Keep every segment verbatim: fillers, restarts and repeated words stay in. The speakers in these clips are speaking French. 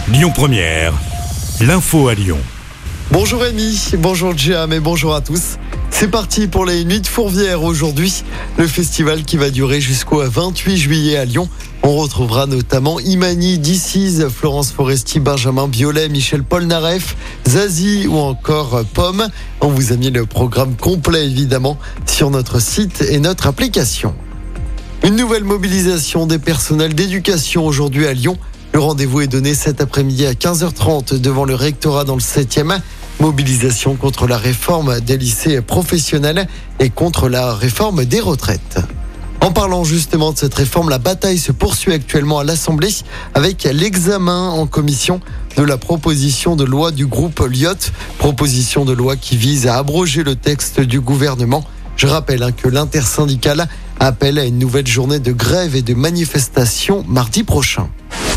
Lyon Première, l'info à Lyon. Bonjour Rémi, bonjour Jam et bonjour à tous. C'est parti pour les Nuits de Fourvière aujourd'hui, le festival qui va durer jusqu'au vingt-huit juillet à Lyon. On retrouvera notamment Imani, D C S, Florence Foresti, Benjamin Biolay, Michel Polnareff, Zazie ou encore Pomme. On vous a mis le programme complet évidemment sur notre site et notre application. Une nouvelle mobilisation des personnels d'éducation aujourd'hui à Lyon. Le rendez-vous est donné cet après-midi à quinze heures trente devant le rectorat dans le septième. Mobilisation contre la réforme des lycées professionnels et contre la réforme des retraites. En parlant justement de cette réforme, la bataille se poursuit actuellement à l'Assemblée avec l'examen en commission de la proposition de loi du groupe Lyot. Proposition de loi qui vise à abroger le texte du gouvernement. Je rappelle hein, que l'intersyndicale appelle à une nouvelle journée de grève et de manifestation mardi prochain.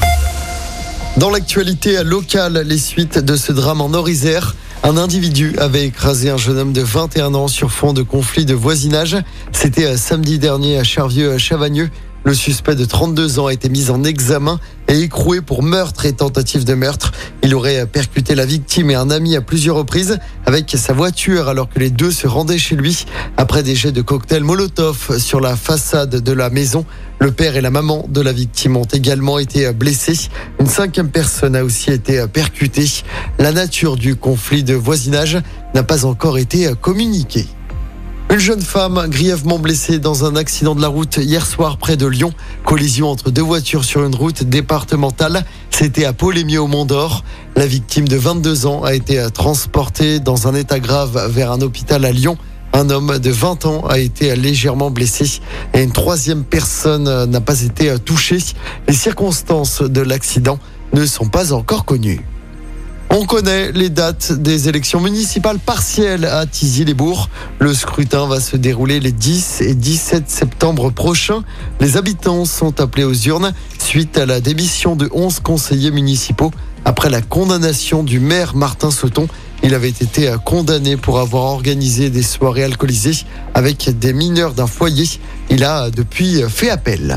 Dans l'actualité locale, les suites de ce drame en Nord-Isère. Un individu avait écrasé un jeune homme de vingt et un ans sur fond de conflit de voisinage. C'était samedi dernier à Chervieux-Chavagneux. Le suspect de trente-deux ans a été mis en examen et écroué pour meurtre et tentative de meurtre. Il aurait percuté la victime et un ami à plusieurs reprises avec sa voiture alors que les deux se rendaient chez lui. Après des jets de cocktails Molotov sur la façade de la maison, le père et la maman de la victime ont également été blessés. Une cinquième personne a aussi été percutée. La nature du conflit de voisinage n'a pas encore été communiquée. Une jeune femme grièvement blessée dans un accident de la route hier soir près de Lyon. Collision entre deux voitures sur une route départementale. C'était à Polémieux au Mont-d'Or. La victime de vingt-deux ans a été transportée dans un état grave vers un hôpital à Lyon. Un homme de vingt ans a été légèrement blessé et une troisième personne n'a pas été touchée. Les circonstances de l'accident ne sont pas encore connues. On connaît les dates des élections municipales partielles à Thizy-les-Bourgs. Le scrutin va se dérouler les dix et dix-sept septembre prochains. Les habitants sont appelés aux urnes suite à la démission de onze conseillers municipaux après la condamnation du maire Martin Sauton. Il avait été condamné pour avoir organisé des soirées alcoolisées avec des mineurs d'un foyer. Il a depuis fait appel.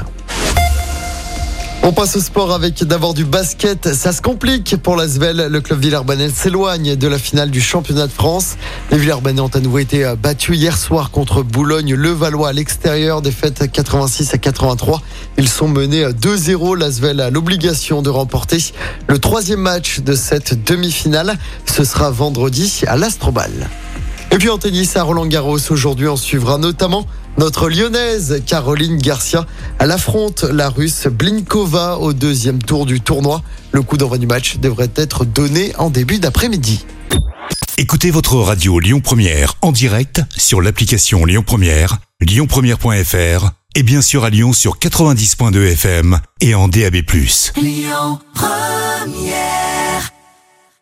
On passe au sport avec d'abord du basket. Ça se complique pour l'Asvel. Le club villeurbanais s'éloigne de la finale du championnat de France. Les Villeurbanais ont à nouveau été battus hier soir contre Boulogne-le-Valois à l'extérieur. Défaite quatre-vingt-six à quatre-vingt-trois. Ils sont menés deux zéro. L'Asvel a l'obligation de remporter le troisième match de cette demi-finale. Ce sera vendredi à l'Astrobal. Et puis en tennis à Roland-Garros, aujourd'hui on suivra notamment notre lyonnaise Caroline Garcia. Elle affronte la russe Blinkova au deuxième tour du tournoi. Le coup d'envoi du match devrait être donné en début d'après-midi. Écoutez votre radio Lyon Première en direct sur l'application Lyon Première, lyon première point f r et bien sûr à Lyon sur quatre-vingt-dix virgule deux F M et en D A B plus. Lyon Première.